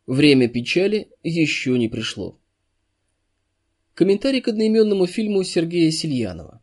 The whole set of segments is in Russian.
Время печали еще не пришло. Комментарий к одноименному фильму Сергея Сельянова.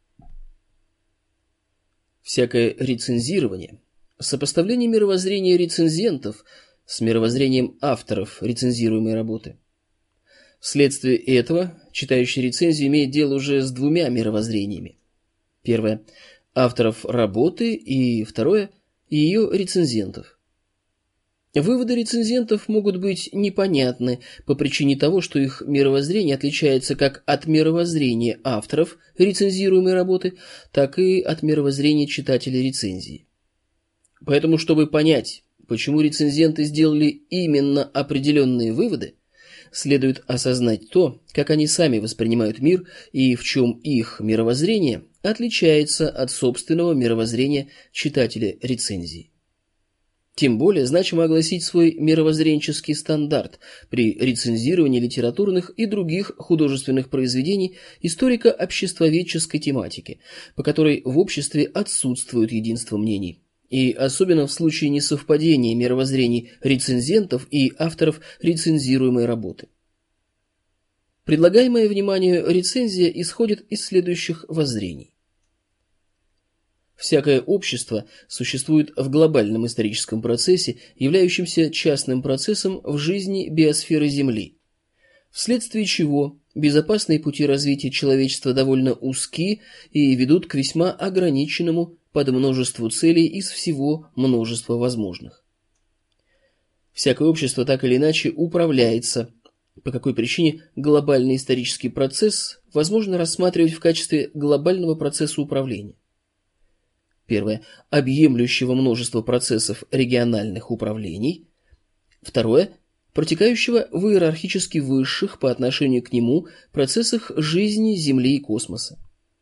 Всякое рецензирование, сопоставление мировоззрения рецензентов с мировоззрением авторов рецензируемой работы. Вследствие этого читающий рецензию имеет дело уже с двумя мировоззрениями. Первое – авторов работы, и второе – ее рецензентов. Выводы рецензентов могут быть непонятны по причине того, что их мировоззрение отличается как от мировоззрения авторов рецензируемой работы, так и от мировоззрения читателей рецензии. Поэтому, чтобы понять, почему рецензенты сделали именно определенные выводы, следует осознать то, как они сами воспринимают мир и в чем их мировоззрение отличается от собственного мировоззрения читателя рецензии. Тем более значимо огласить свой мировоззренческий стандарт при рецензировании литературных и других художественных произведений историко-обществоведческой тематики, по которой в обществе отсутствует единство мнений, и особенно в случае несовпадения мировоззрений рецензентов и авторов рецензируемой работы. Предлагаемая вниманию рецензия исходит из следующих воззрений. Всякое общество существует в глобальном историческом процессе, являющемся частным процессом в жизни биосферы Земли, вследствие чего безопасные пути развития человечества довольно узки и ведут к весьма ограниченному подмножеству целей из всего множества возможных. Всякое общество так или иначе управляется, по какой причине глобальный исторический процесс возможно рассматривать в качестве глобального процесса управления. Первое – объемлющего множество процессов региональных управлений. Второе – протекающего в иерархически высших по отношению к нему процессах жизни Земли и космоса.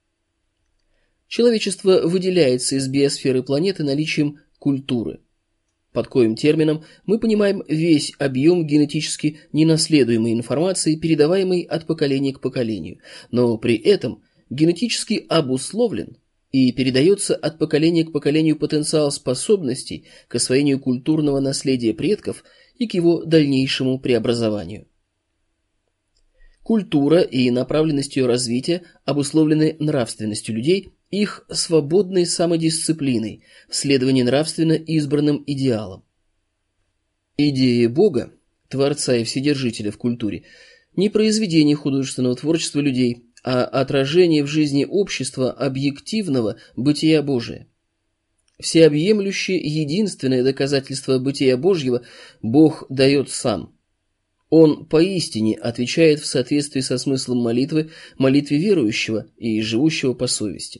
Человечество выделяется из биосферы планеты наличием культуры, под коим термином мы понимаем весь объем генетически ненаследуемой информации, передаваемой от поколения к поколению, но при этом генетически обусловлен и передается от поколения к поколению потенциал способностей к освоению культурного наследия предков и к его дальнейшему преобразованию. Культура и направленность ее развития обусловлены нравственностью людей, их свободной самодисциплиной, в следовании нравственно избранным идеалам. Идея Бога, Творца и Вседержителя в культуре, не произведение художественного творчества людей, а отражение в жизни общества объективного бытия Божия. Всеобъемлющее единственное доказательство бытия Божьего Бог дает сам. Он поистине отвечает в соответствии со смыслом молитве верующего и живущего по совести.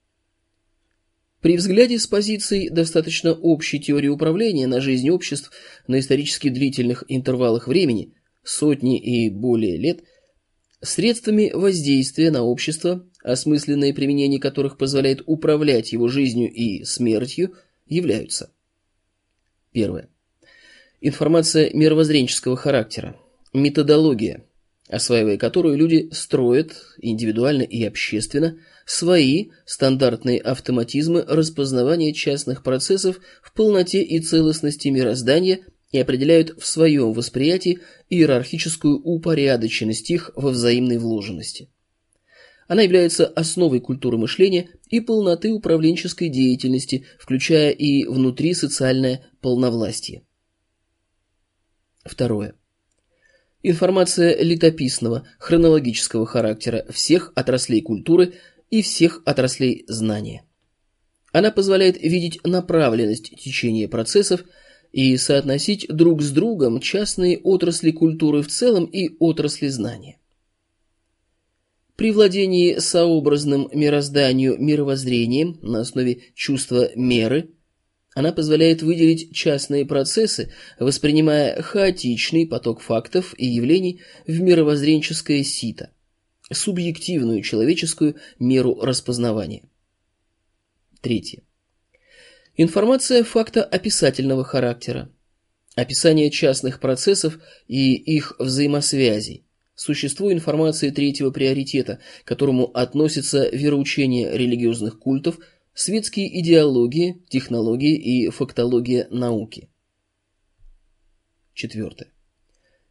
При взгляде с позиций достаточно общей теории управления на жизнь обществ на исторически длительных интервалах времени, сотни и более лет, средствами воздействия на общество, осмысленное применение которых позволяет управлять его жизнью и смертью, являются. Первое. Информация мировоззренческого характера, методология, осваивая которую люди строят индивидуально и общественно свои стандартные автоматизмы распознавания частных процессов в полноте и целостности мироздания и определяют в своем восприятии иерархическую упорядоченность их во взаимной вложенности. Она является основой культуры мышления и полноты управленческой деятельности, включая и внутрисоциальное полновластие. Второе. Информация летописного, хронологического характера всех отраслей культуры и всех отраслей знания. Она позволяет видеть направленность течения процессов и соотносить друг с другом частные отрасли культуры в целом и отрасли знания. При владении сообразным мирозданию мировоззрением на основе чувства меры она позволяет выделить частные процессы, воспринимая хаотичный поток фактов и явлений в мировоззренческое сито, субъективную человеческую меру распознавания. Третье. Информация фактоописательного характера. Описание частных процессов и их взаимосвязей. Существо информации третьего приоритета, к которому относятся вероучения религиозных культов, светские идеологии, технологии и фактология науки. Четвертое.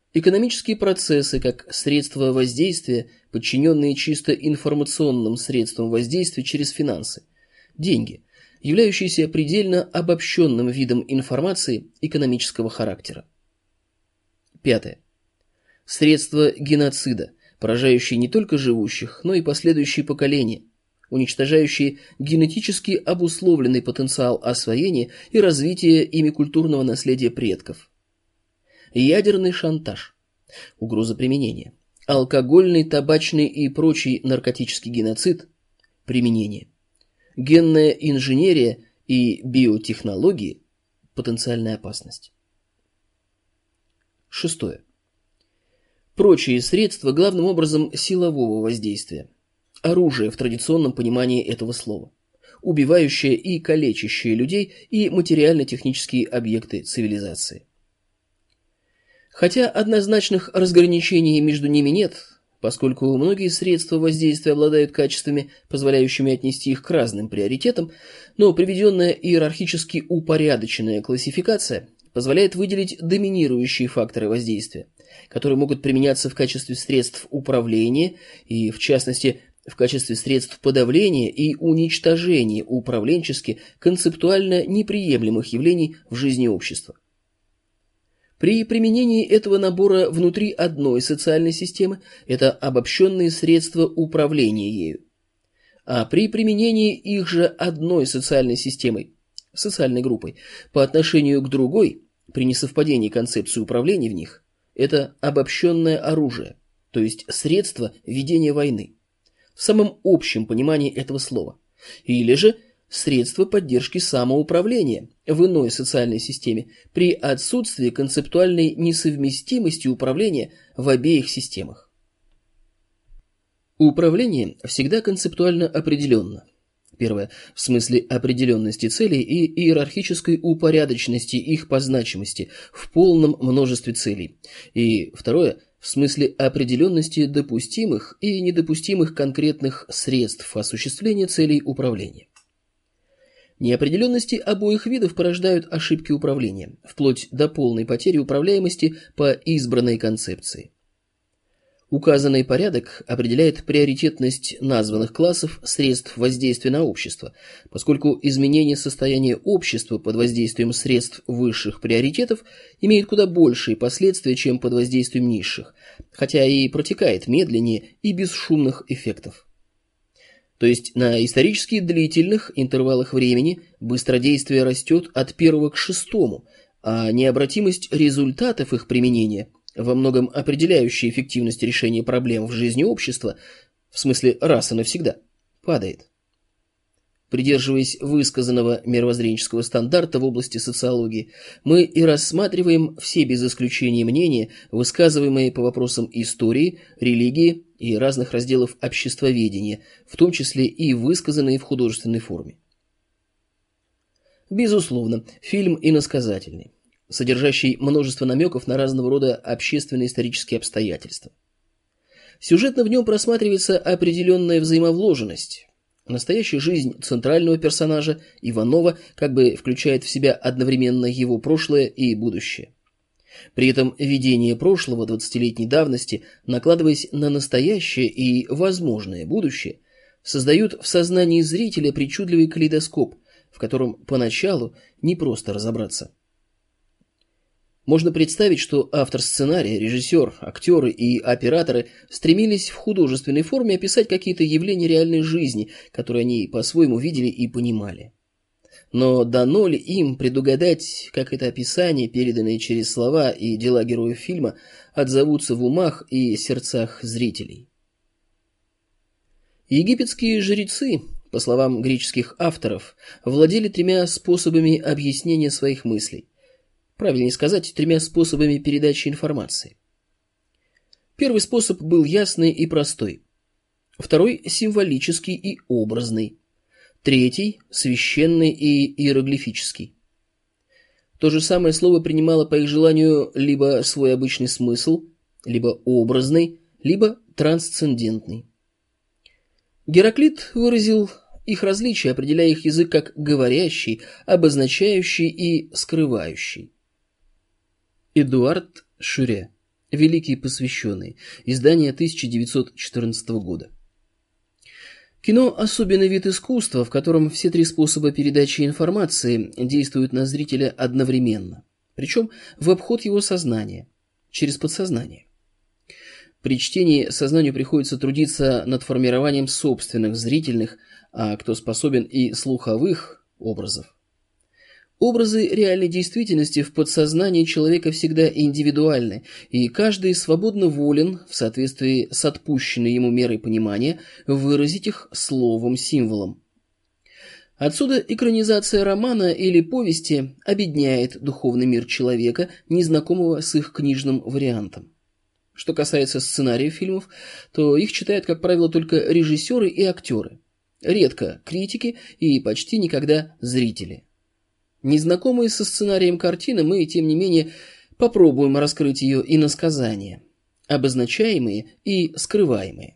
Экономические процессы как средства воздействия, подчиненные чисто информационным средствам воздействия через финансы. Деньги, являющиеся предельно обобщенным видом информации экономического характера. Пятое. Средства геноцида, поражающие не только живущих, но и последующие поколения, уничтожающие генетически обусловленный потенциал освоения и развития ими культурного наследия предков. Ядерный шантаж, угроза применения, алкогольный, табачный и прочий наркотический геноцид, применение, генная инженерия и биотехнологии, потенциальная опасность. Шестое. Прочие средства, главным образом силового воздействия, оружие в традиционном понимании этого слова, убивающее и калечащее людей и материально-технические объекты цивилизации. Хотя однозначных разграничений между ними нет, поскольку многие средства воздействия обладают качествами, позволяющими отнести их к разным приоритетам, но приведенная иерархически упорядоченная классификация позволяет выделить доминирующие факторы воздействия, которые могут применяться в качестве средств управления и, в частности, в качестве средств подавления и уничтожения управленчески концептуально неприемлемых явлений в жизни общества. При применении этого набора внутри одной социальной системы это обобщенные средства управления ею. А при применении их же одной социальной системой, социальной группой, по отношению к другой, при несовпадении концепции управления в них, это обобщенное оружие, то есть средство ведения войны, в самом общем понимании этого слова, или же средства поддержки самоуправления в иной социальной системе при отсутствии концептуальной несовместимости управления в обеих системах. Управление всегда концептуально определенно. Первое, в смысле определенности целей и иерархической упорядоченности их по значимости в полном множестве целей. И второе, в смысле определенности допустимых и недопустимых конкретных средств осуществления целей управления. Неопределенности обоих видов порождают ошибки управления, вплоть до полной потери управляемости по избранной концепции. Указанный порядок определяет приоритетность названных классов средств воздействия на общество, поскольку изменение состояния общества под воздействием средств высших приоритетов имеет куда большие последствия, чем под воздействием низших, хотя и протекает медленнее и без шумных эффектов. То есть на исторически длительных интервалах времени быстродействие растет от первого к шестому, а необратимость результатов их применения, во многом определяющая эффективность решения проблем в жизни общества, в смысле раз и навсегда, падает. Придерживаясь высказанного мировоззренческого стандарта в области социологии, мы и рассматриваем все без исключения мнения, высказываемые по вопросам истории, религии и разных разделов обществоведения, в том числе и высказанные в художественной форме. Безусловно, фильм иносказательный, содержащий множество намеков на разного рода общественно-исторические обстоятельства. Сюжетно в нем просматривается определенная взаимовложенность. Настоящая жизнь центрального персонажа Иванова как бы включает в себя одновременно его прошлое и будущее. При этом видение прошлого 20-летней давности, накладываясь на настоящее и возможное будущее, создают в сознании зрителя причудливый калейдоскоп, в котором поначалу непросто разобраться. Можно представить, что автор сценария, режиссер, актеры и операторы стремились в художественной форме описать какие-то явления реальной жизни, которые они по-своему видели и понимали. Но дано ли им предугадать, как это описание, переданное через слова и дела героев фильма, отзовутся в умах и сердцах зрителей? Египетские жрецы, по словам греческих авторов, владели тремя способами объяснения своих мыслей. Правильнее сказать, тремя способами передачи информации. Первый способ был ясный и простой. Второй – символический и образный. Третий – священный и иероглифический. То же самое слово принимало по их желанию либо свой обычный смысл, либо образный, либо трансцендентный. Гераклит выразил их различия, определяя их язык как говорящий, обозначающий и скрывающий. Эдуард Шюре. Великий посвященный. Издание 1914 года. Кино – особенный вид искусства, в котором все три способа передачи информации действуют на зрителя одновременно, причем в обход его сознания, через подсознание. При чтении сознанию приходится трудиться над формированием собственных зрительных, а кто способен и слуховых образов. Образы реальной действительности в подсознании человека всегда индивидуальны, и каждый свободно волен, в соответствии с отпущенной ему мерой понимания, выразить их словом-символом. Отсюда экранизация романа или повести обедняет духовный мир человека, незнакомого с их книжным вариантом. Что касается сценариев фильмов, то их читают, как правило, только режиссеры и актеры, редко критики и почти никогда зрители. Незнакомые со сценарием картины, мы, тем не менее, попробуем раскрыть ее иносказания, обозначаемые и скрываемые.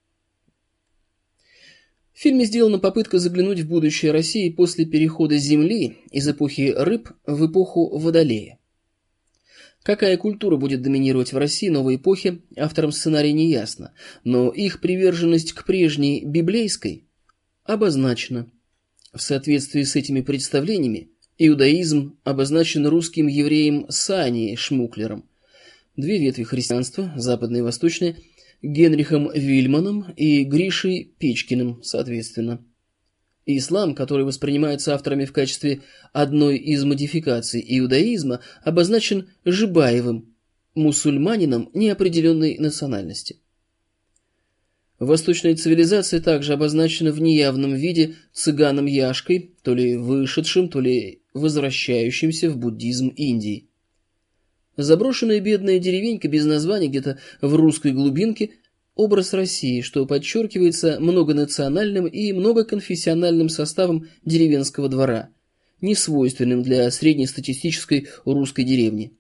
В фильме сделана попытка заглянуть в будущее России после перехода Земли из эпохи рыб в эпоху Водолея. Какая культура будет доминировать в России новой эпохи, авторам сценария не ясно, но их приверженность к прежней библейской обозначена. В соответствии с этими представлениями иудаизм обозначен русским евреем Саней Шмуклером, две ветви христианства, западное и восточное, Генрихом Вильманом и Гришей Печкиным, соответственно. Ислам, который воспринимается авторами в качестве одной из модификаций иудаизма, обозначен Жибаевым, мусульманином неопределенной национальности. Восточная цивилизация также обозначена в неявном виде цыганом Яшкой, то ли вышедшим, то ли возвращающимся в буддизм Индии. Заброшенная бедная деревенька без названия где-то в русской глубинке – образ России, что подчеркивается многонациональным и многоконфессиональным составом деревенского двора, несвойственным для среднестатистической русской деревни.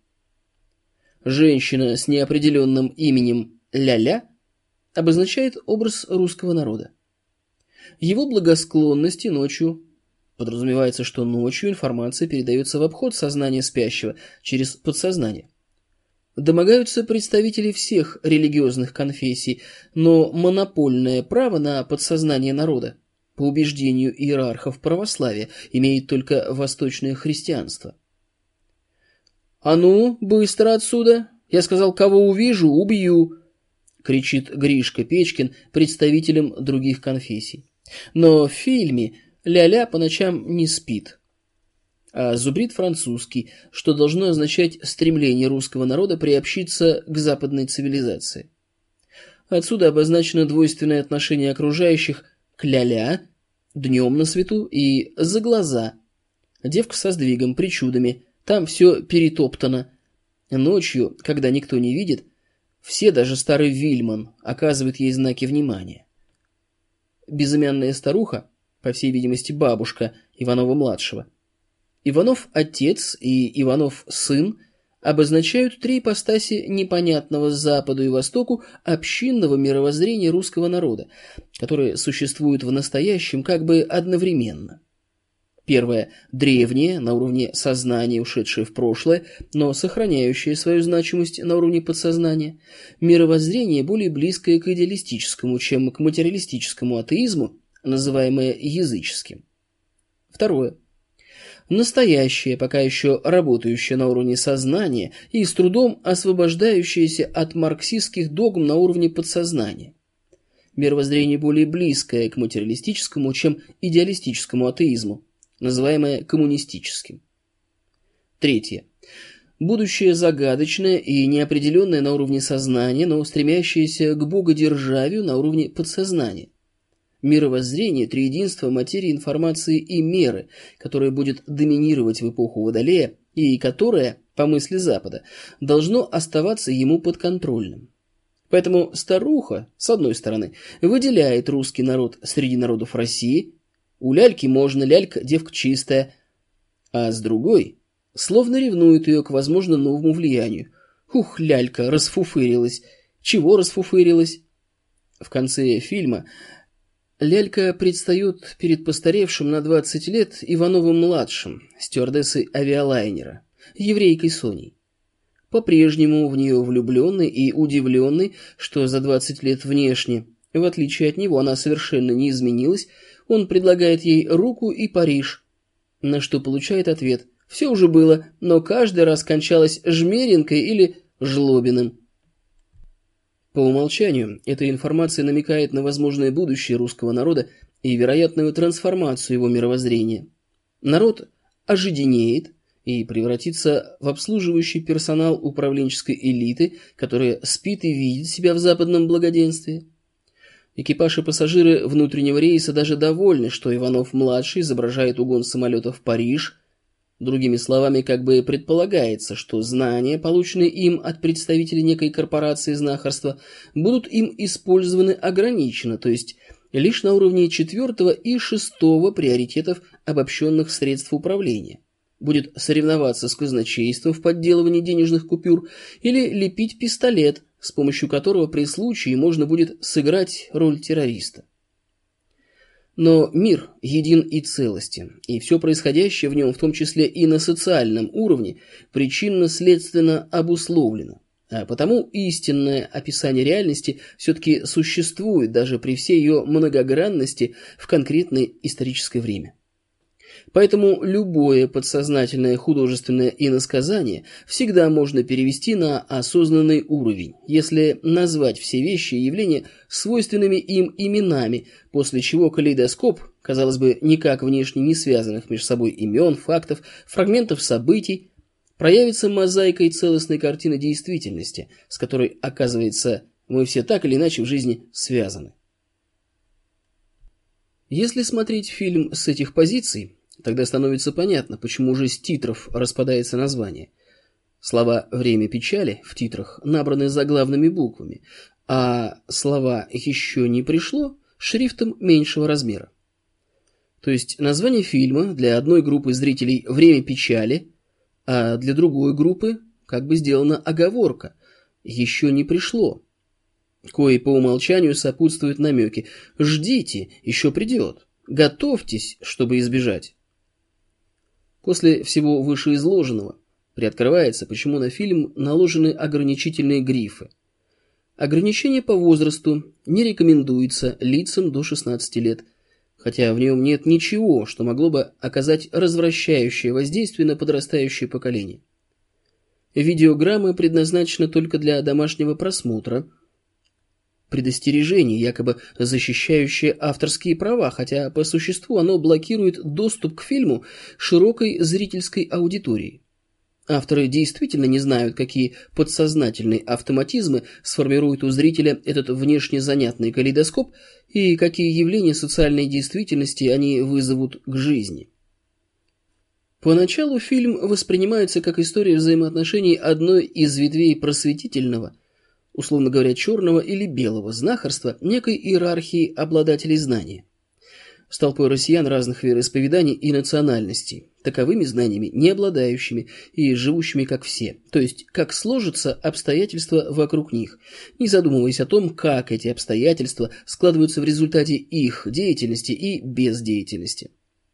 Женщина с неопределенным именем Ля-Ля обозначает образ русского народа. Его благосклонности ночью, подразумевается, что ночью информация передается в обход сознания спящего через подсознание. Домогаются представители всех религиозных конфессий, но монопольное право на подсознание народа, по убеждению иерархов православия, имеет только восточное христианство. «А ну, быстро отсюда! Я сказал, кого увижу, убью!» — кричит Гришка Печкин представителям других конфессий. Но в фильме Ля-Ля по ночам не спит, а зубрит французский, что должно означать стремление русского народа приобщиться к западной цивилизации. Отсюда обозначено двойственное отношение окружающих к Ля-Ля, днем на свету, и за глаза. Девка со сдвигом, причудами, там все перетоптано. Ночью, когда никто не видит, все, даже старый Вильман, оказывают ей знаки внимания. Безымянная старуха, по всей видимости бабушка Иванова-младшего, Иванов-отец и Иванов-сын обозначают три ипостаси непонятного Западу и Востоку общинного мировоззрения русского народа, которые существуют в настоящем как бы одновременно. Первое – древнее, на уровне сознания, ушедшее в прошлое, но сохраняющее свою значимость на уровне подсознания. Мировоззрение более близкое к идеалистическому, чем к материалистическому атеизму, называемое языческим. Второе. Настоящее, пока еще работающее на уровне сознания и с трудом освобождающееся от марксистских догм на уровне подсознания. Мировоззрение более близкое к материалистическому, чем идеалистическому атеизму, называемое коммунистическим. Третье. Будущее загадочное и неопределенное на уровне сознания, но стремящееся к богодержавию на уровне подсознания. Мировоззрение, триединство материи, информации и меры, которое будет доминировать в эпоху Водолея и которое, по мысли Запада, должно оставаться ему подконтрольным. Поэтому старуха, с одной стороны, выделяет русский народ среди народов России, у ляльки можно, лялька девка чистая, а с другой, словно ревнует ее к, возможно, новому влиянию. Ух, лялька расфуфырилась. Чего расфуфырилась? В конце фильма лялька предстает перед постаревшим на 20 лет Ивановым-младшим, стюардессой авиалайнера, еврейкой Соней. по-прежнему в нее влюбленный и удивленный, что за 20 лет внешне, в отличие от него, она совершенно не изменилась, он предлагает ей руку и Париж, на что получает ответ: «Все уже было, но каждый раз кончалось жмеренкой или жлобиным». По умолчанию, эта информация намекает на возможное будущее русского народа и вероятную трансформацию его мировоззрения. Народ ожиденеет и превратится в обслуживающий персонал управленческой элиты, которая спит и видит себя в западном благоденствии. Экипаж и пассажиры внутреннего рейса даже довольны, что Иванов-младший изображает угон самолета в Париж. Другими словами, как бы предполагается, что знания, полученные им от представителей некой корпорации знахарства, будут им использованы ограниченно, то есть лишь на уровне 4-го и 6-го приоритетов обобщенных средств управления. Будет соревноваться с казначейством в подделывании денежных купюр или лепить пистолет, с помощью которого при случае можно будет сыграть роль террориста. Но мир един и целостен, и все происходящее в нем, в том числе и на социальном уровне, причинно-следственно обусловлено. А потому истинное описание реальности все-таки существует даже при всей ее многогранности в конкретное историческое время. Поэтому любое подсознательное художественное иносказание всегда можно перевести на осознанный уровень, если назвать все вещи и явления свойственными им именами, после чего калейдоскоп, казалось бы, никак внешне не связанных между собой имен, фактов, фрагментов событий, проявится мозаикой целостной картины действительности, с которой, оказывается, мы все так или иначе в жизни связаны. Если смотреть фильм с этих позиций, тогда становится понятно, почему уже с титров распадается название. Слова «время печали» в титрах набраны заглавными буквами, а слова «еще не пришло» шрифтом меньшего размера. То есть название фильма для одной группы зрителей «время печали», а для другой группы как бы сделана оговорка «еще не пришло», кои по умолчанию сопутствуют намеки «ждите, еще придет», «готовьтесь, чтобы избежать». После всего вышеизложенного приоткрывается, почему на фильм наложены ограничительные грифы. Ограничение по возрасту не рекомендуется лицам до 16 лет, хотя в нем нет ничего, что могло бы оказать развращающее воздействие на подрастающее поколение. Видеограмма предназначена только для домашнего просмотра. Предостережение, якобы защищающее авторские права, хотя по существу оно блокирует доступ к фильму широкой зрительской аудитории. Авторы действительно не знают, какие подсознательные автоматизмы сформируют у зрителя этот внешне занятный калейдоскоп и какие явления социальной действительности они вызовут к жизни. Поначалу фильм воспринимается как история взаимоотношений одной из ветвей просветительного, условно говоря, черного или белого знахарства, некой иерархии обладателей знания, с толпой россиян разных вероисповеданий и национальностей, таковыми знаниями не обладающими и живущими как все, то есть как сложатся обстоятельства вокруг них, не задумываясь о том, как эти обстоятельства складываются в результате их деятельности и бездеятельности.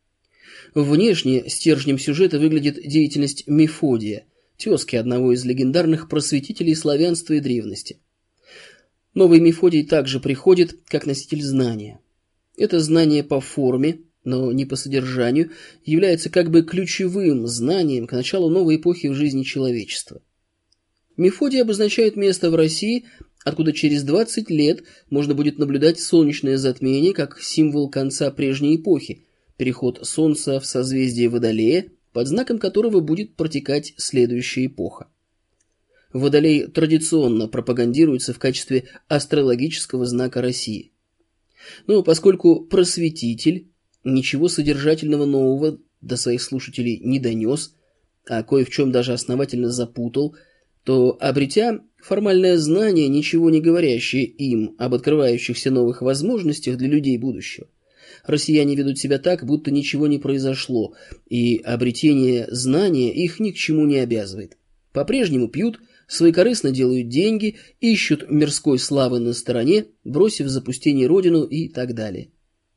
Внешне стержнем сюжета выглядит деятельность Мефодия, тезки одного из легендарных просветителей славянства и древности. Новый Мефодий также приходит как носитель знания. Это знание по форме, но не по содержанию, является как бы ключевым знанием к началу новой эпохи в жизни человечества. Мефодий обозначает место в России, откуда через 20 лет можно будет наблюдать солнечное затмение как символ конца прежней эпохи, переход Солнца в созвездие Водолея, под знаком которого будет протекать следующая эпоха. Водолей традиционно пропагандируется в качестве астрологического знака России. Но поскольку просветитель ничего содержательного нового до своих слушателей не донес, а кое в чем даже основательно запутал, то, обретя формальное знание, ничего не говорящее им об открывающихся новых возможностях для людей будущего, россияне ведут себя так, будто ничего не произошло, и обретение знания их ни к чему не обязывает. По-прежнему пьют, своекорыстно делают деньги, ищут мирской славы на стороне, бросив в запустение родину и так далее.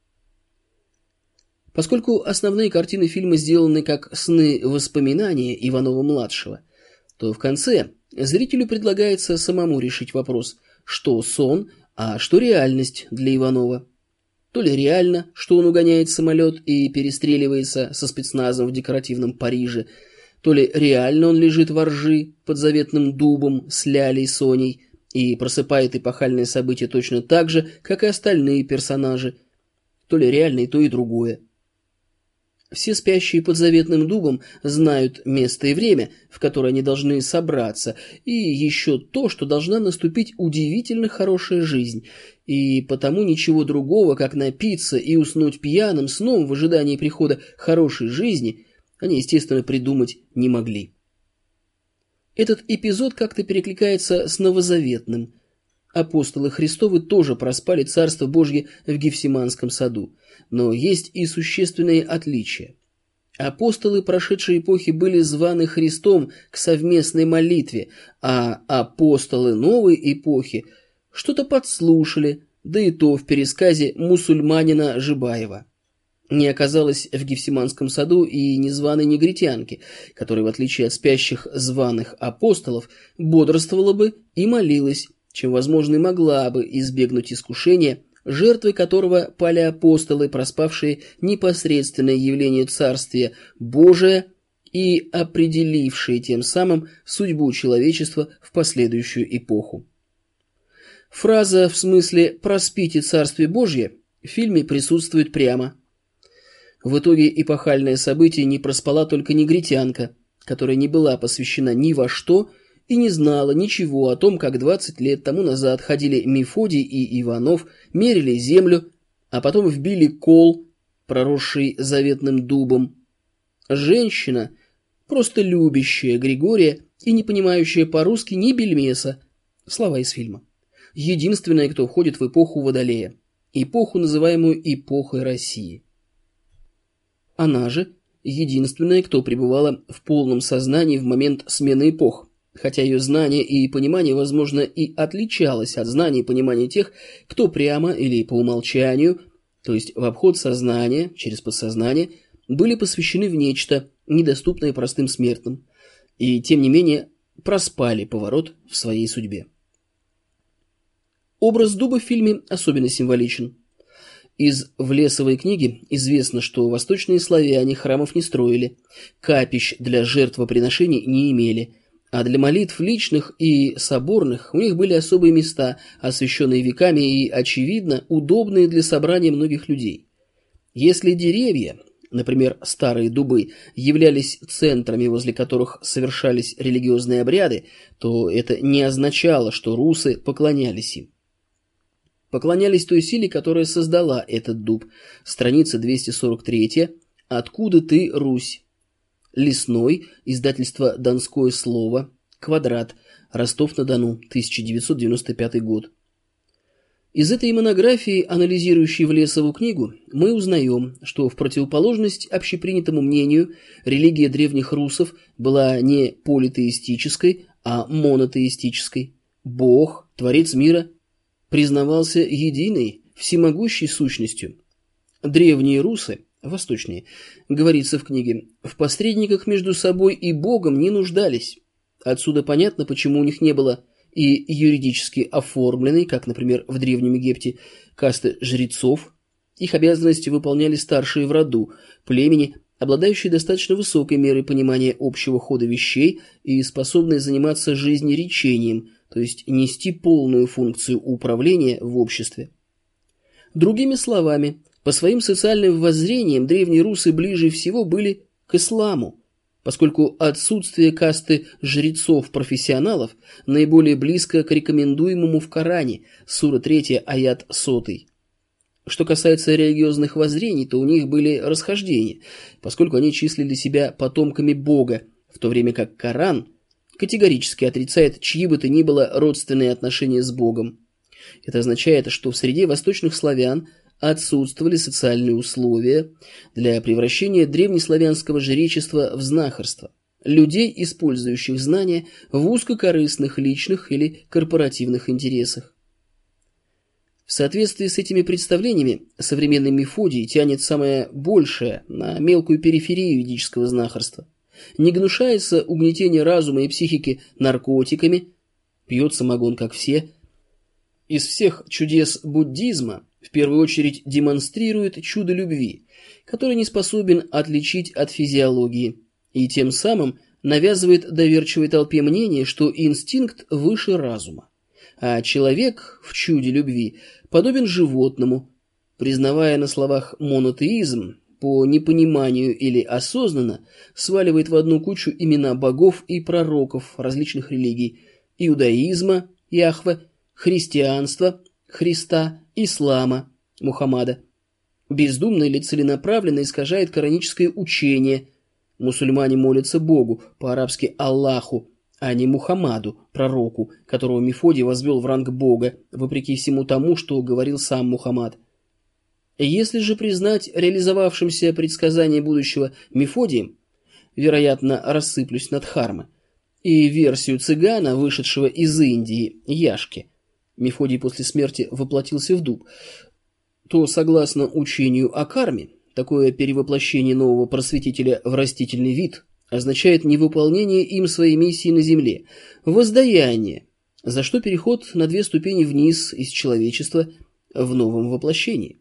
Поскольку основные картины фильма сделаны как сны-воспоминания Иванова-младшего, то в конце зрителю предлагается самому решить вопрос, что сон, а что реальность для Иванова. То ли реально, что он угоняет самолет и перестреливается со спецназом в декоративном Париже, то ли реально он лежит во ржи под заветным дубом с Лялей Соней и просыпает эпохальные события точно так же, как и остальные персонажи, то ли реально и то, и другое. Все спящие под заветным дубом знают место и время, в которое они должны собраться, и еще то, что должна наступить удивительно хорошая жизнь, и потому ничего другого, как напиться и уснуть пьяным сном в ожидании прихода хорошей жизни, они, естественно, придумать не могли. Этот эпизод как-то перекликается с новозаветным. Апостолы Христовы тоже проспали Царство Божье в Гефсиманском саду, но есть и существенные отличия. Апостолы прошедшей эпохи были званы Христом к совместной молитве, а апостолы новой эпохи что-то подслушали, да и то в пересказе мусульманина Жибаева. Не оказалось в Гефсиманском саду и незваной негритянки, которая, в отличие от спящих званых апостолов, бодрствовала бы и молилась, чем, возможно, и могла бы избегнуть искушения, жертвой которого пали апостолы, проспавшие непосредственное явление Царствия Божия и определившие тем самым судьбу человечества в последующую эпоху. Фраза в смысле «проспите Царствие Божье» в фильме присутствует прямо. В итоге эпохальное событие не проспала только негритянка, которая не была посвящена ни во что и не знала ничего о том, как 20 лет тому назад ходили Мефодий и Иванов, мерили землю, а потом вбили кол, проросший заветным дубом. Женщина, просто любящая Григория и не понимающая по-русски ни бельмеса. Слова из фильма. Единственная, кто входит в эпоху Водолея, эпоху, называемую эпохой России. Она же единственная, кто пребывала в полном сознании в момент смены эпох, хотя ее знание и понимание, возможно, и отличалось от знаний и понимания тех, кто прямо или по умолчанию, то есть в обход сознания, через подсознание, были посвящены в нечто, недоступное простым смертным, и, тем не менее, проспали поворот в своей судьбе. Образ дуба в фильме особенно символичен. Из Влесовой книги известно, что восточные славяне храмов не строили, капищ для жертвоприношений не имели, а для молитв личных и соборных у них были особые места, освященные веками и, очевидно, удобные для собрания многих людей. Если деревья, например, старые дубы, являлись центрами, возле которых совершались религиозные обряды, то это не означало, что русы поклонялись им. Поклонялись той силе, которая создала этот дуб. Страница 243. «Откуда ты, Русь?» Лесной, издательство «Донское слово», Квадрат, Ростов-на-Дону, 1995 год. Из этой монографии, анализирующей Влесову книгу, мы узнаем, что в противоположность общепринятому мнению религия древних русов была не политеистической, а монотеистической. Бог, Творец мира, признавался единой, всемогущей сущностью. Древние русы, восточнее, говорится в книге, в посредниках между собой и Богом не нуждались. Отсюда понятно, почему у них не было и юридически оформленной, как, например, в Древнем Египте, касты жрецов. Их обязанности выполняли старшие в роду, племени, обладающие достаточно высокой мерой понимания общего хода вещей и способные заниматься жизнеречением, то есть нести полную функцию управления в обществе. Другими словами, по своим социальным воззрениям древние русы ближе всего были к исламу, поскольку отсутствие касты жрецов-профессионалов наиболее близко к рекомендуемому в Коране, сура 3, аят 100. Что касается религиозных воззрений, то у них были расхождения, поскольку они числили себя потомками Бога, в то время как Коран категорически отрицает чьи бы то ни было родственные отношения с Богом. Это означает, что в среде восточных славян отсутствовали социальные условия для превращения древнеславянского жречества в знахарство, людей, использующих знания в узкокорыстных личных или корпоративных интересах. В соответствии с этими представлениями современный Мефодий тянет самое большее на мелкую периферию ведического знахарства. не гнушается угнетения разума и психики наркотиками, пьет самогон, как все. Из всех чудес буддизма в первую очередь демонстрирует чудо любви, который не способен отличить от физиологии, и тем самым навязывает доверчивой толпе мнение, что инстинкт выше разума, а человек в чуде любви подобен животному, признавая на словах монотеизм, по непониманию или осознанно сваливает в одну кучу имена богов и пророков различных религий: иудаизма, Яхве, христианства, Христа, ислама, Мухаммада. Бездумно или целенаправленно искажает кораническое учение. Мусульмане молятся Богу, по-арабски Аллаху, а не Мухаммаду, пророку, которого Мефодий возвел в ранг Бога, вопреки всему тому, что говорил сам Мухаммад. Если же признать реализовавшимся предсказание будущего Мефодием, вероятно, рассыплюсь над Дхармы, и версию цыгана, вышедшего из Индии, Яшки, Мефодий после смерти воплотился в дуб, то, согласно учению о карме, такое перевоплощение нового просветителя в растительный вид означает невыполнение им своей миссии на земле, воздаяние, за что переход на 2 ступени вниз из человечества в новом воплощении.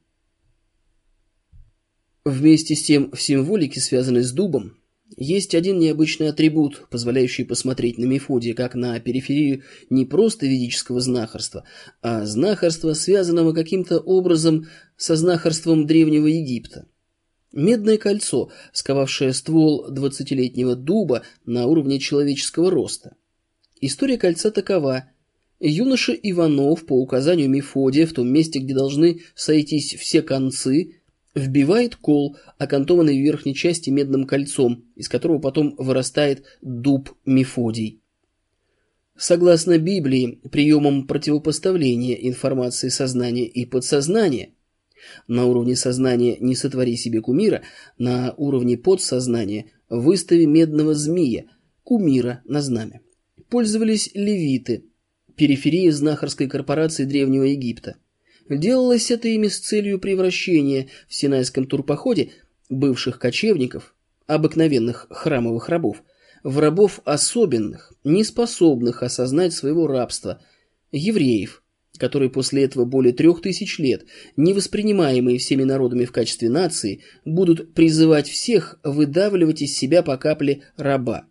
Вместе с тем, в символике, связанной с дубом, есть один необычный атрибут, позволяющий посмотреть на Мефодия как на периферию не просто ведического знахарства, а знахарства, связанного каким-то образом со знахарством Древнего Египта. Медное кольцо, сковавшее ствол 20-летнего дуба на уровне человеческого роста. История кольца такова. Юноша Иванов, по указанию Мефодия, в том месте, где должны сойтись все концы, вбивает кол, окантованный в верхней части медным кольцом, из которого потом вырастает дуб Мефодий. Согласно Библии, приемом противопоставления информации сознания и подсознания, на уровне сознания не сотвори себе кумира, на уровне подсознания выстави медного змея, кумира на знамя, пользовались левиты, периферия знахарской корпорации Древнего Египта. Делалось это ими с целью превращения в Синайском турпоходе бывших кочевников, обыкновенных храмовых рабов, в рабов особенных, неспособных осознать своего рабства, евреев, которые после этого более 3000 лет, не воспринимаемые всеми народами в качестве нации, будут призывать всех выдавливать из себя по капле раба.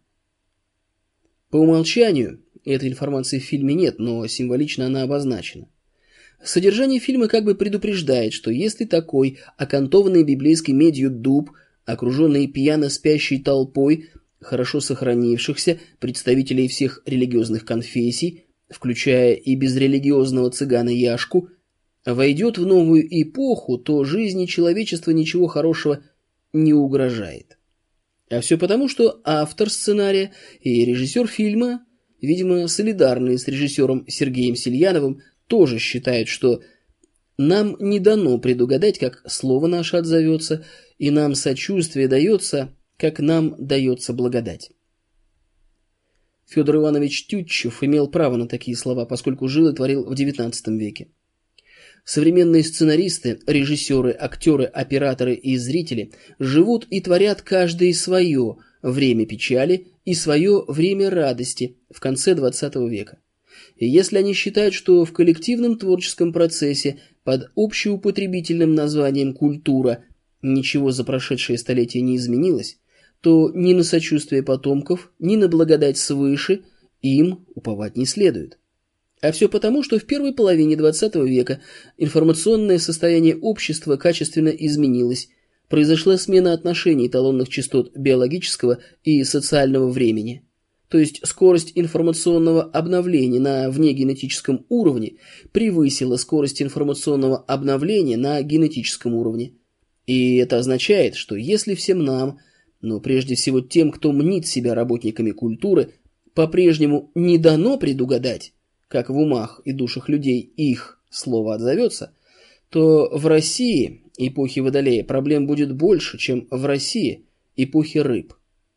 По умолчанию, этой информации в фильме нет, но символично она обозначена. Содержание фильма как бы предупреждает, что если такой окантованный библейской медью дуб, окруженный пьяно спящей толпой хорошо сохранившихся представителей всех религиозных конфессий, включая и безрелигиозного цыгана Яшку, войдет в новую эпоху, то жизни человечества ничего хорошего не угрожает. А все потому, что автор сценария и режиссер фильма, видимо, солидарные с режиссером Сергеем Сельяновым, тоже считают, что нам не дано предугадать, как слово наше отзовется, и нам сочувствие дается, как нам дается благодать. Федор Иванович Тютчев имел право на такие слова, поскольку жил и творил в XIX веке. Современные сценаристы, режиссеры, актеры, операторы и зрители живут и творят каждый свое время печали и свое время радости в конце XX века. И если они считают, что в коллективном творческом процессе под общеупотребительным названием «культура» ничего за прошедшие столетия не изменилось, то ни на сочувствие потомков, ни на благодать свыше им уповать не следует. А все потому, что в первой половине XX века информационное состояние общества качественно изменилось, произошла смена отношений эталонных частот биологического и социального времени. То есть скорость информационного обновления на внегенетическом уровне превысила скорость информационного обновления на генетическом уровне. И это означает, что если всем нам, но прежде всего тем, кто мнит себя работниками культуры, по-прежнему не дано предугадать, как в умах и душах людей их слово отзовется, то в России эпохи Водолея проблем будет больше, чем в России эпохи рыб.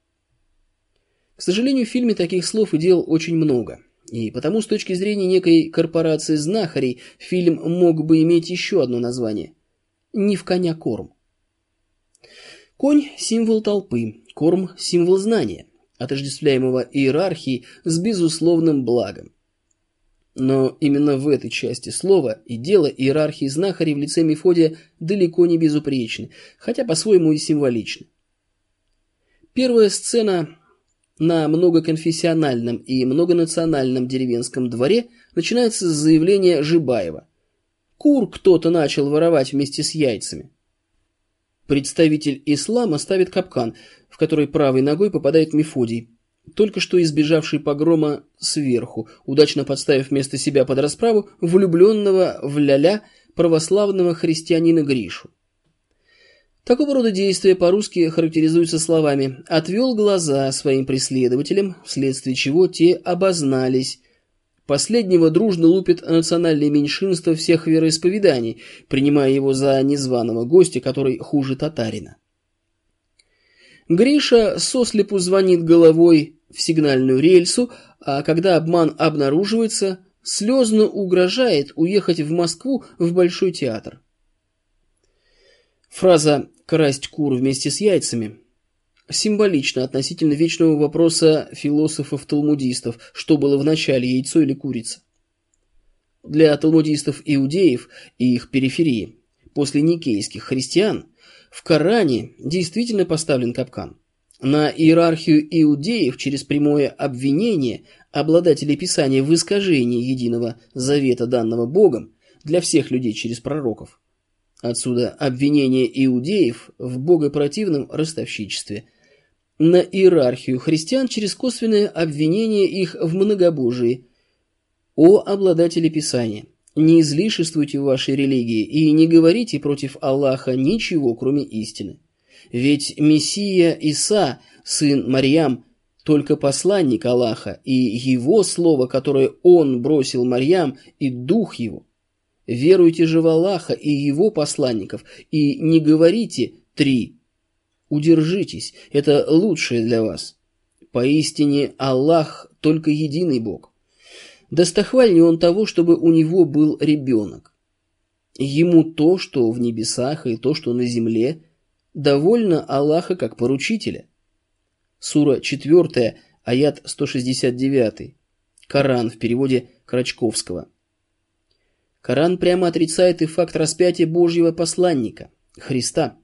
К сожалению, в фильме таких слов и дел очень много, и потому с точки зрения некой корпорации знахарей фильм мог бы иметь еще одно название – «Не в коня корм». Конь – символ толпы, Корм – символ знания, отождествляемого иерархией с безусловным благом. Но именно в этой части слова и дела иерархии знахарей в лице Мефодия далеко не безупречны, хотя по-своему и символичны. Первая сцена на многоконфессиональном и многонациональном деревенском дворе начинается с заявления Жибаева: «Кур кто-то начал воровать вместе с яйцами». Представитель ислама ставит капкан, в который правой ногой попадает Мефодий, только что избежавший погрома сверху, удачно подставив вместо себя под расправу влюбленного в ля-ля православного христианина Гришу. Такого рода действия по-русски характеризуются словами «отвел глаза своим преследователям», вследствие чего те обознались. Последнего дружно лупит национальные меньшинства всех вероисповеданий, принимая его за незваного гостя, который хуже татарина. Гриша сослепу звонит головой в сигнальную рельсу, а когда обман обнаруживается, слезно угрожает уехать в Москву в Большой театр. Фраза «красть кур вместе с яйцами» символична относительно вечного вопроса философов-талмудистов, что было в начале, яйцо или курица. Для талмудистов-иудеев и их периферии, после никейских христиан, в Коране действительно поставлен капкан. На иерархию иудеев через прямое обвинение обладателей Писания в искажении единого завета, данного Богом, для всех людей через пророков. Отсюда обвинение иудеев в богопротивном ростовщичестве. На иерархию христиан через косвенное обвинение их в многобожии. О обладатели Писания! Не излишествуйте в вашей религии и не говорите против Аллаха ничего, кроме истины. Ведь Мессия Иса, сын Марьям, только посланник Аллаха, и его слово, которое он бросил Марьям, и дух его. Веруйте же в Аллаха и его посланников, и не говорите «три». Удержитесь, это лучшее для вас. Поистине Аллах только единый Бог. Достохвальнее он того, чтобы у него был ребенок. Ему то, что в небесах, и то, что на земле, довольно Аллаха как поручителя. Сура 4, аят 169. Коран в переводе Крачковского. Коран прямо отрицает и факт распятия Божьего посланника, Христа.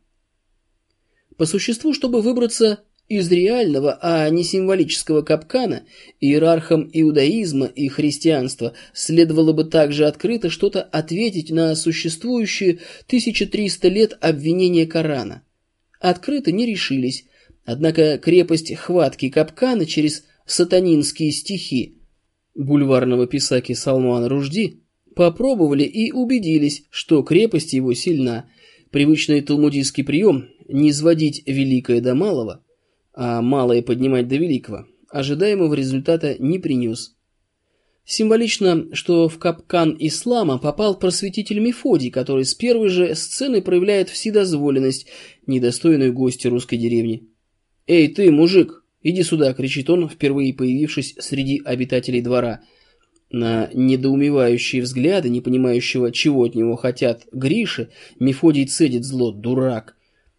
По существу, чтобы выбраться из реального, а не символического капкана, иерархам иудаизма и христианства следовало бы также открыто что-то ответить на существующие 1300 лет обвинения Корана. Открыто не решились, однако крепость хватки капкана через сатанинские стихи бульварного писаки Салмана Ружди попробовали и убедились, что крепость его сильна. Привычный талмудистский прием не сводить великое до малого, а малое поднимать до великого, ожидаемого результата не принес. Символично, что в капкан ислама попал просветитель Мефодий, который с первой же сцены проявляет вседозволенность, недостойную гостя русской деревни. «Эй, ты, мужик, иди сюда!» — кричит он, впервые появившись среди обитателей двора. На недоумевающие взгляды, не понимающего, чего от него хотят Гриши, Мефодий цедит зло: «Дурак!»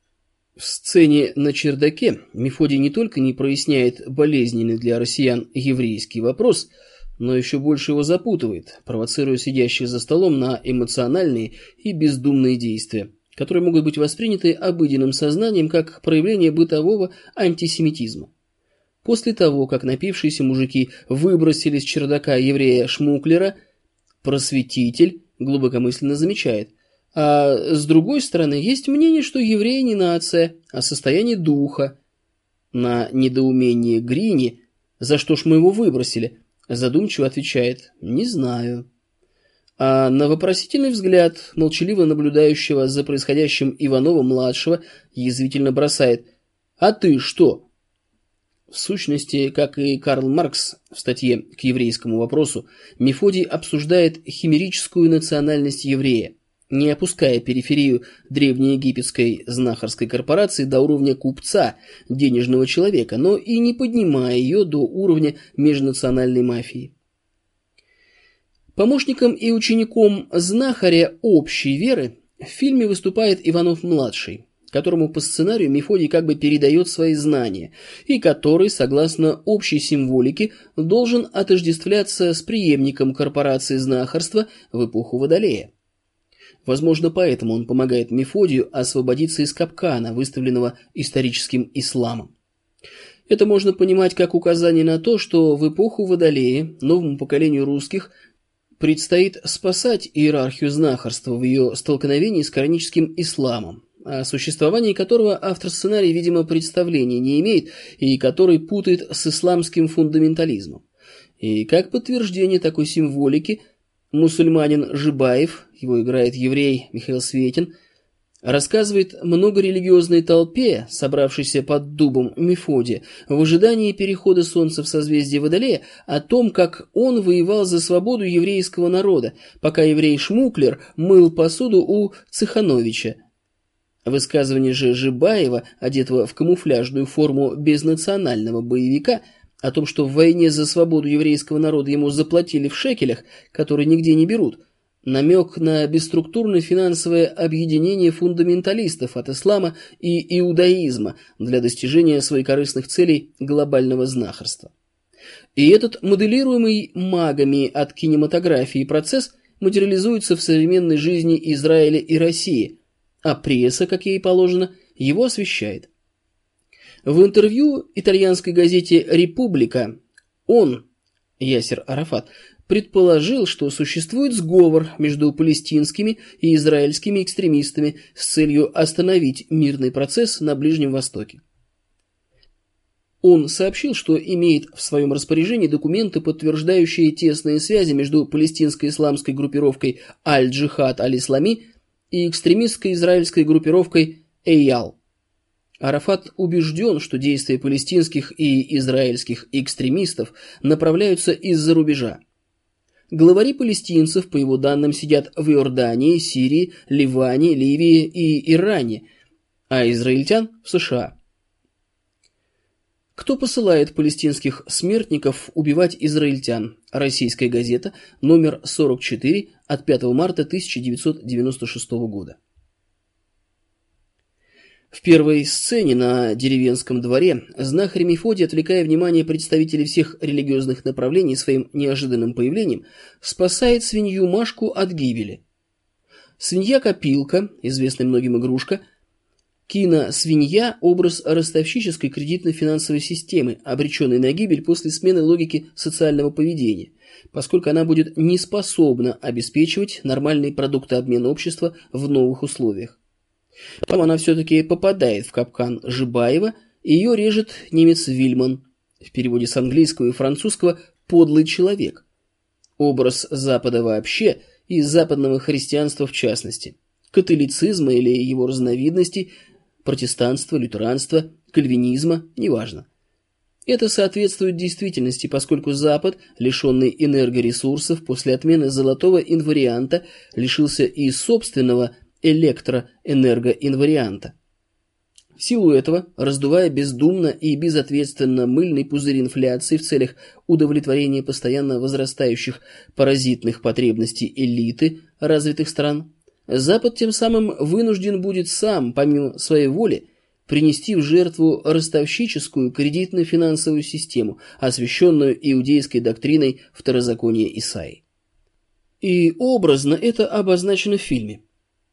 В сцене на чердаке Мефодий не только не проясняет болезненный для россиян еврейский вопрос, но еще больше его запутывает, провоцируя сидящих за столом на эмоциональные и бездумные действия, которые могут быть восприняты обыденным сознанием как проявление бытового антисемитизма. После того, как напившиеся мужики выбросили с чердака еврея Шмуклера, просветитель глубокомысленно замечает: а с другой стороны, есть мнение, что евреи не нация, а состояние духа. На недоумение Грини: «За что ж мы его выбросили?» задумчиво отвечает: «Не знаю». А на вопросительный взгляд молчаливо наблюдающего за происходящим Иванова-младшего язвительно бросает: «А ты что?» В сущности, как и Карл Маркс в статье к еврейскому вопросу, Мефодий обсуждает химерическую национальность еврея, не опуская периферию древнеегипетской знахарской корпорации до уровня купца, денежного человека, но и не поднимая ее до уровня межнациональной мафии. Помощником и учеником знахаря общей веры в фильме выступает Иванов-младший, которому по сценарию Мефодий как бы передает свои знания, и который, согласно общей символике, должен отождествляться с преемником корпорации знахарства в эпоху Водолея. Возможно, поэтому он помогает Мефодию освободиться из капкана, выставленного историческим исламом. Это можно понимать как указание на то, что в эпоху Водолея новому поколению русских предстоит спасать иерархию знахарства в ее столкновении с кораническим исламом, о существовании которого автор сценария, видимо, представления не имеет и который путает с исламским фундаментализмом. И как подтверждение такой символики мусульманин Жибаев, его играет еврей Михаил Светин, рассказывает многорелигиозной толпе, собравшейся под дубом Мефодия, в ожидании перехода солнца в созвездие Водолея, о том, как он воевал за свободу еврейского народа, пока еврей Шмуклер мыл посуду у Цехановича. Высказывание же Жибаева, одетого в камуфляжную форму безнационального боевика, о том, что в войне за свободу еврейского народа ему заплатили в шекелях, которые нигде не берут, намек на бесструктурное финансовое объединение фундаменталистов от ислама и иудаизма для достижения своекорыстных целей глобального знахарства. И этот моделируемый магами от кинематографии процесс материализуется в современной жизни Израиля и России, а пресса, как ей положено, его освещает. В интервью итальянской газете «Република» он, Ясер Арафат, предположил, что существует сговор между палестинскими и израильскими экстремистами с целью остановить мирный процесс на Ближнем Востоке. Он сообщил, что имеет в своем распоряжении документы, подтверждающие тесные связи между палестинской исламской группировкой Аль-Джихад Аль-Ислами и экстремистской израильской группировкой Эйял. Арафат убежден, что действия палестинских и израильских экстремистов направляются из-за рубежа. Главари палестинцев, по его данным, сидят в Иордании, Сирии, Ливане, Ливии и Иране, а израильтян – в США. Кто посылает палестинских смертников убивать израильтян? Российская газета, номер 44 от 5 марта 1996 года. В первой сцене на деревенском дворе знахарь Мефодий, отвлекая внимание представителей всех религиозных направлений своим неожиданным появлением, спасает свинью Машку от гибели. Свинья-копилка, известная многим игрушка, киносвинья – образ ростовщической кредитно-финансовой системы, обреченной на гибель после смены логики социального поведения, поскольку она будет не способна обеспечивать нормальный продуктообмен общества в новых условиях. Потом она все-таки попадает в капкан Жибаева, и ее режет немец Вильман, в переводе с английского и французского «подлый человек». Образ Запада вообще и западного христианства в частности, католицизма или его разновидностей, протестанства, лютеранства, кальвинизма, неважно. Это соответствует действительности, поскольку Запад, лишенный энергоресурсов после отмены золотого инварианта, лишился и собственного электроэнергоинварианта. В силу этого, раздувая бездумно и безответственно мыльный пузырь инфляции в целях удовлетворения постоянно возрастающих паразитных потребностей элиты развитых стран, Запад тем самым вынужден будет сам, помимо своей воли, принести в жертву ростовщическую кредитно-финансовую систему, освященную иудейской доктриной второзакония Исаии. И образно это обозначено в фильме.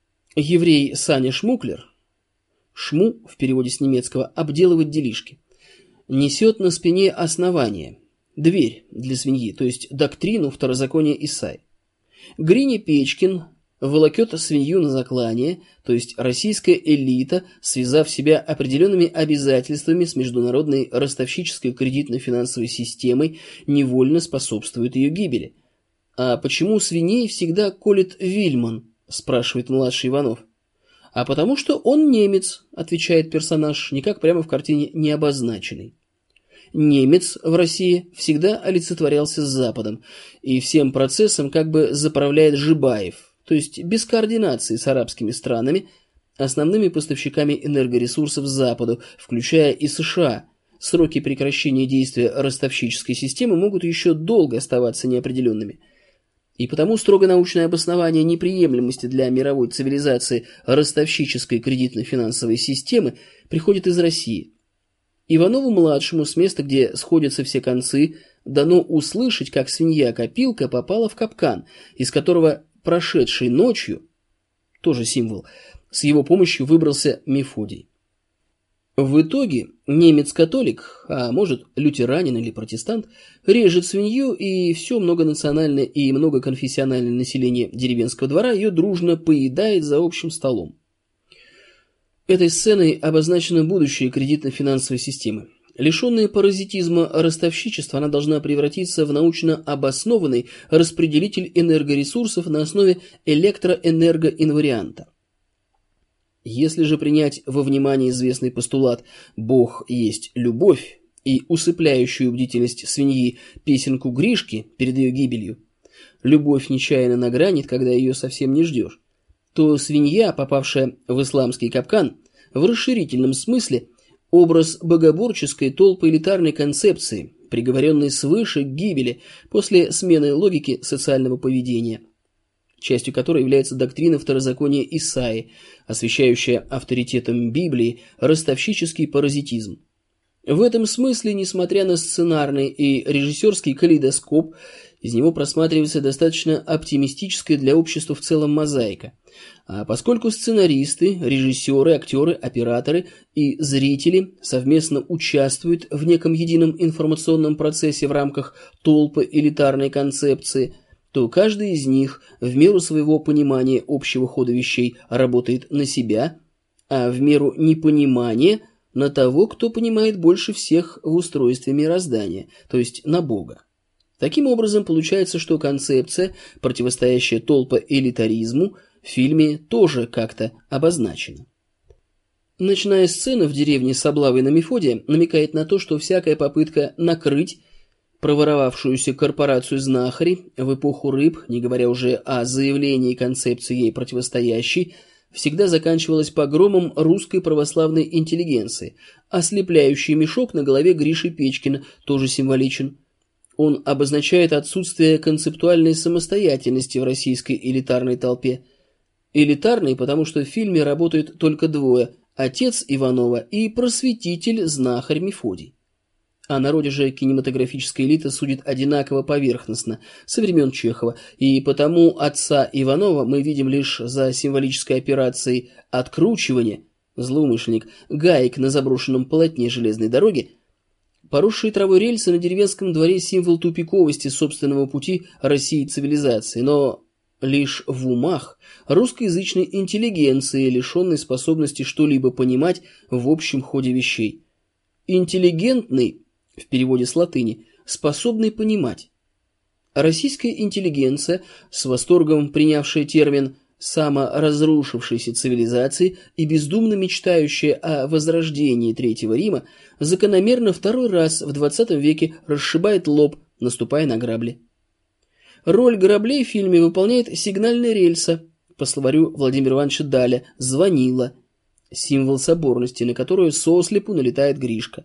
Еврей Саня Шмуклер, Шму в переводе с немецкого «обделывать делишки», несет на спине основание, дверь для свиньи, то есть доктрину второзакония Исаии. Гриня Печкин волокет свинью на заклание, то есть российская элита, связав себя определенными обязательствами с международной ростовщической кредитно-финансовой системой, невольно способствует ее гибели. А почему свиней всегда колет Вильман? Спрашивает младший Иванов. А потому что он немец, отвечает персонаж, никак прямо в картине не обозначенный. Немец в России всегда олицетворялся с Западом, и всем процессом как бы заправляет Жибаев, то есть без координации с арабскими странами, основными поставщиками энергоресурсов Западу, включая и США. Сроки прекращения действия ростовщической системы могут еще долго оставаться неопределенными. И потому строго научное обоснование неприемлемости для мировой цивилизации ростовщической кредитно-финансовой системы приходит из России. Иванову-младшему с места, где сходятся все концы, дано услышать, как свинья-копилка попала в капкан, из которого прошедшей ночью, тоже символ, с его помощью выбрался Мефодий. В итоге немец-католик, а может лютеранин или протестант, режет свинью, и все многонациональное и многоконфессиональное население деревенского двора ее дружно поедает за общим столом. Этой сценой обозначено будущее кредитно-финансовой системы. Лишенная паразитизма ростовщичества, она должна превратиться в научно обоснованный распределитель энергоресурсов на основе электроэнергоинварианта. Если же принять во внимание известный постулат «Бог есть любовь» и усыпляющую бдительность свиньи песенку Гришки перед ее гибелью, любовь нечаянно награнит, когда ее совсем не ждешь, то свинья, попавшая в исламский капкан, в расширительном смысле образ богоборческой толпоэлитарной концепции, приговоренной свыше к гибели после смены логики социального поведения, частью которой является доктрина второзакония Исаии, освящающая авторитетом Библии ростовщический паразитизм. В этом смысле, несмотря на сценарный и режиссерский калейдоскоп, из него просматривается достаточно оптимистическая для общества в целом мозаика. А поскольку сценаристы, режиссеры, актеры, операторы и зрители совместно участвуют в неком едином информационном процессе в рамках толпы элитарной концепции, то каждый из них в меру своего понимания общего хода вещей работает на себя, а в меру непонимания – на того, кто понимает больше всех в устройстве мироздания, то есть на Бога. Таким образом, получается, что концепция, противостоящая толпоэлитаризму, в фильме тоже как-то обозначена. Ночная сцена в деревне с облавой на Мефодия намекает на то, что всякая попытка накрыть проворовавшуюся корпорацию знахарей в эпоху рыб, не говоря уже о заявлении концепции ей противостоящей, всегда заканчивалась погромом русской православной интеллигенции. Ослепляющий мешок на голове Гриши Печкина тоже символичен. Он обозначает отсутствие концептуальной самостоятельности в российской элитарной толпе. Элитарной, потому что в фильме работают только двое – отец Иванова и просветитель-знахарь Мефодий. О народе же кинематографическая элита судит одинаково поверхностно, со времен Чехова, и потому отца Иванова мы видим лишь за символической операцией откручивания, злоумышленник, гаек на заброшенном полотне железной дороги. Поросшие травой рельсы на деревенском дворе – символ тупиковости собственного пути России и цивилизации, но лишь в умах русскоязычной интеллигенции, лишенной способности что-либо понимать в общем ходе вещей. Интеллигентный, в переводе с латыни, способный понимать. Российская интеллигенция, с восторгом принявшая термин саморазрушившейся цивилизации и бездумно мечтающая о возрождении Третьего Рима, закономерно второй раз в XX веке расшибает лоб, наступая на грабли. Роль граблей в фильме выполняет сигнальная рельса, по словарю Владимира Ивановича Даля, звонила, символ соборности, на которую сослепу налетает Гришка.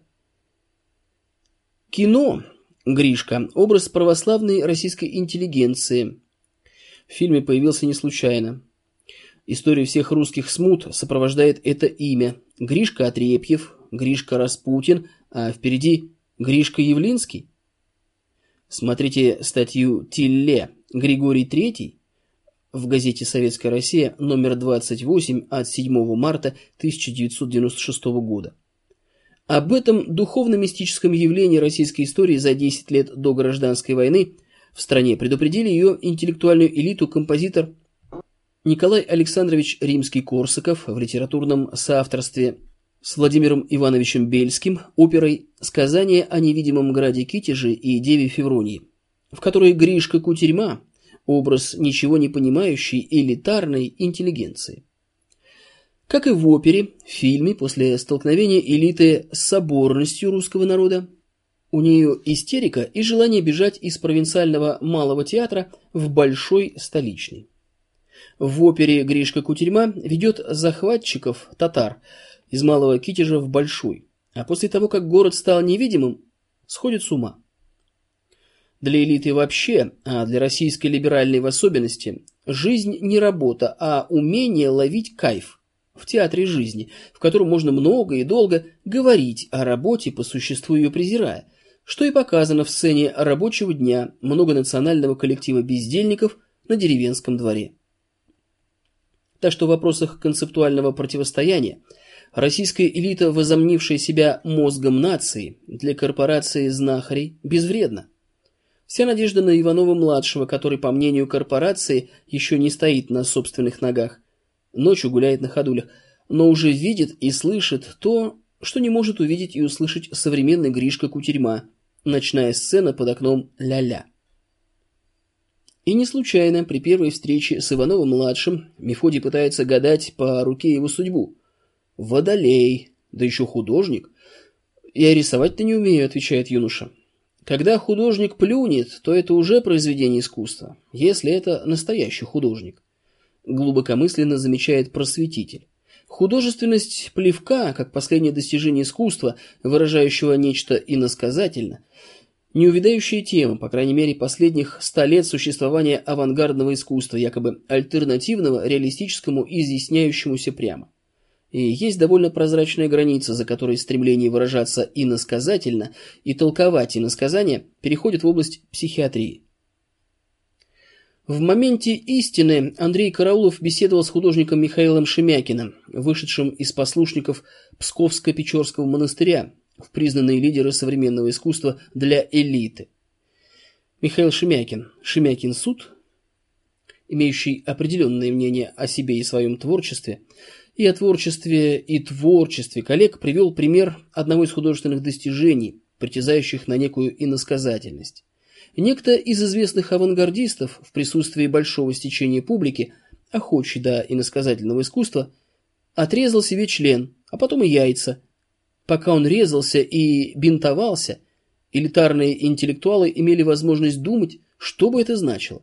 Кино «Гришка» – образ православной российской интеллигенции. В фильме появился не случайно. Историю всех русских смут сопровождает это имя. Гришка Отрепьев, Гришка Распутин, а впереди Гришка Явлинский. Смотрите статью Тилле «Григорий III» в газете «Советская Россия» номер 28 от 7 марта 1996 года. Об этом духовно-мистическом явлении российской истории за 10 лет до гражданской войны в стране предупредили ее интеллектуальную элиту композитор Николай Александрович Римский-Корсаков в литературном соавторстве с Владимиром Ивановичем Бельским оперой «Сказание о невидимом граде Китеже и деве Февронии», в которой Гришка Кутерьма – образ ничего не понимающей элитарной интеллигенции. Как и в опере, в фильме, после столкновения элиты с соборностью русского народа, у нее истерика и желание бежать из провинциального малого театра в большой столичный. В опере Гришка Кутерьма ведет захватчиков, татар, из малого Китежа в большой, а после того, как город стал невидимым, сходит с ума. Для элиты вообще, а для российской либеральной в особенности, жизнь не работа, а умение ловить кайф в театре жизни, в котором можно много и долго говорить о работе, по существу ее презирая, что и показано в сцене рабочего дня многонационального коллектива бездельников на деревенском дворе. Так что в вопросах концептуального противостояния российская элита, возомнившая себя мозгом нации, для корпорации знахарей безвредна. Вся надежда на Иванова-младшего, который, по мнению корпорации, еще не стоит на собственных ногах, ночью гуляет на ходулях, но уже видит и слышит то, что не может увидеть и услышать современный Гришка Кутерьма, ночная сцена под окном ля-ля. И не случайно при первой встрече с Ивановым-младшим Мефодий пытается гадать по руке его судьбу. «Водолей, да еще художник». «Я рисовать-то не умею», — отвечает юноша. Когда художник плюнет, то это уже произведение искусства, если это настоящий художник. Глубокомысленно замечает просветитель. Художественность плевка, как последнее достижение искусства, выражающего нечто иносказательно, неувядающая тема, по крайней мере, последних 100 лет существования авангардного искусства, якобы альтернативного, реалистическому и изъясняющемуся прямо. И есть довольно прозрачная граница, за которой стремление выражаться иносказательно и толковать иносказания переходит в область психиатрии. В моменте истины Андрей Караулов беседовал с художником Михаилом Шемякиным, вышедшим из послушников Псковско-Печорского монастыря в признанные лидеры современного искусства для элиты. Михаил Шемякин, Шемякин суд, имеющий определенное мнение о себе и своем творчестве, и о творчестве и творчестве коллег, привел пример одного из художественных достижений, притязающих на некую иносказательность. Некто из известных авангардистов в присутствии большого стечения публики, охочий до иносказательного искусства, отрезал себе член, а потом и яйца. Пока он резался и бинтовался, элитарные интеллектуалы имели возможность думать, что бы это значило.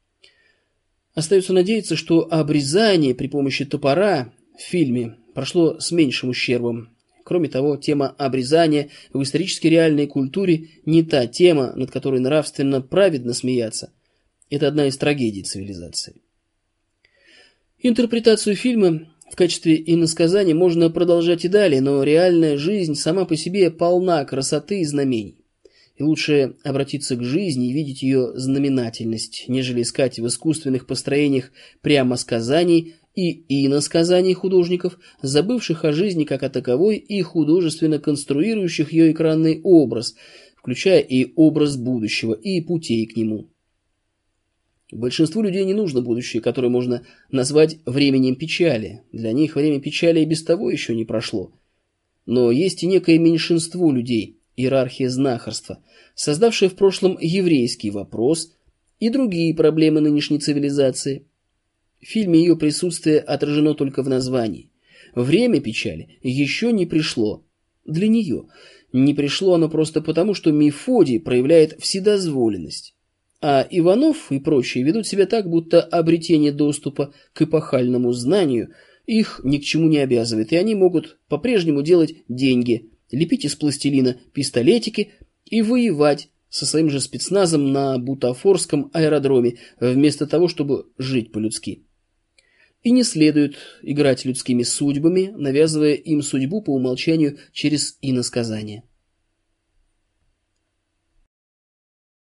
Остается надеяться, что обрезание при помощи топора в фильме прошло с меньшим ущербом. Кроме того, тема обрезания в исторически реальной культуре не та тема, над которой нравственно праведно смеяться. Это одна из трагедий цивилизации. Интерпретацию фильма в качестве иносказания можно продолжать и далее, но реальная жизнь сама по себе полна красоты и знамений. И лучше обратиться к жизни и видеть ее знаменательность, нежели искать в искусственных построениях прямо сказаний и иносказаний художников, забывших о жизни как о таковой и художественно конструирующих ее экранный образ, включая и образ будущего, и путей к нему. Большинству людей не нужно будущее, которое можно назвать временем печали. Для них время печали и без того еще не прошло. Но есть и некое меньшинство людей, иерархия знахарства, создавшая в прошлом еврейский вопрос и другие проблемы нынешней цивилизации. В фильме ее присутствие отражено только в названии. Время печали еще не пришло. Для нее не пришло оно просто потому, что Мефодий проявляет вседозволенность. А Иванов и прочие ведут себя так, будто обретение доступа к эпохальному знанию их ни к чему не обязывает, и они могут по-прежнему делать деньги, лепить из пластилина пистолетики и воевать со своим же спецназом на бутафорском аэродроме, вместо того, чтобы жить по-людски. И не следует играть людскими судьбами, навязывая им судьбу по умолчанию через иносказание.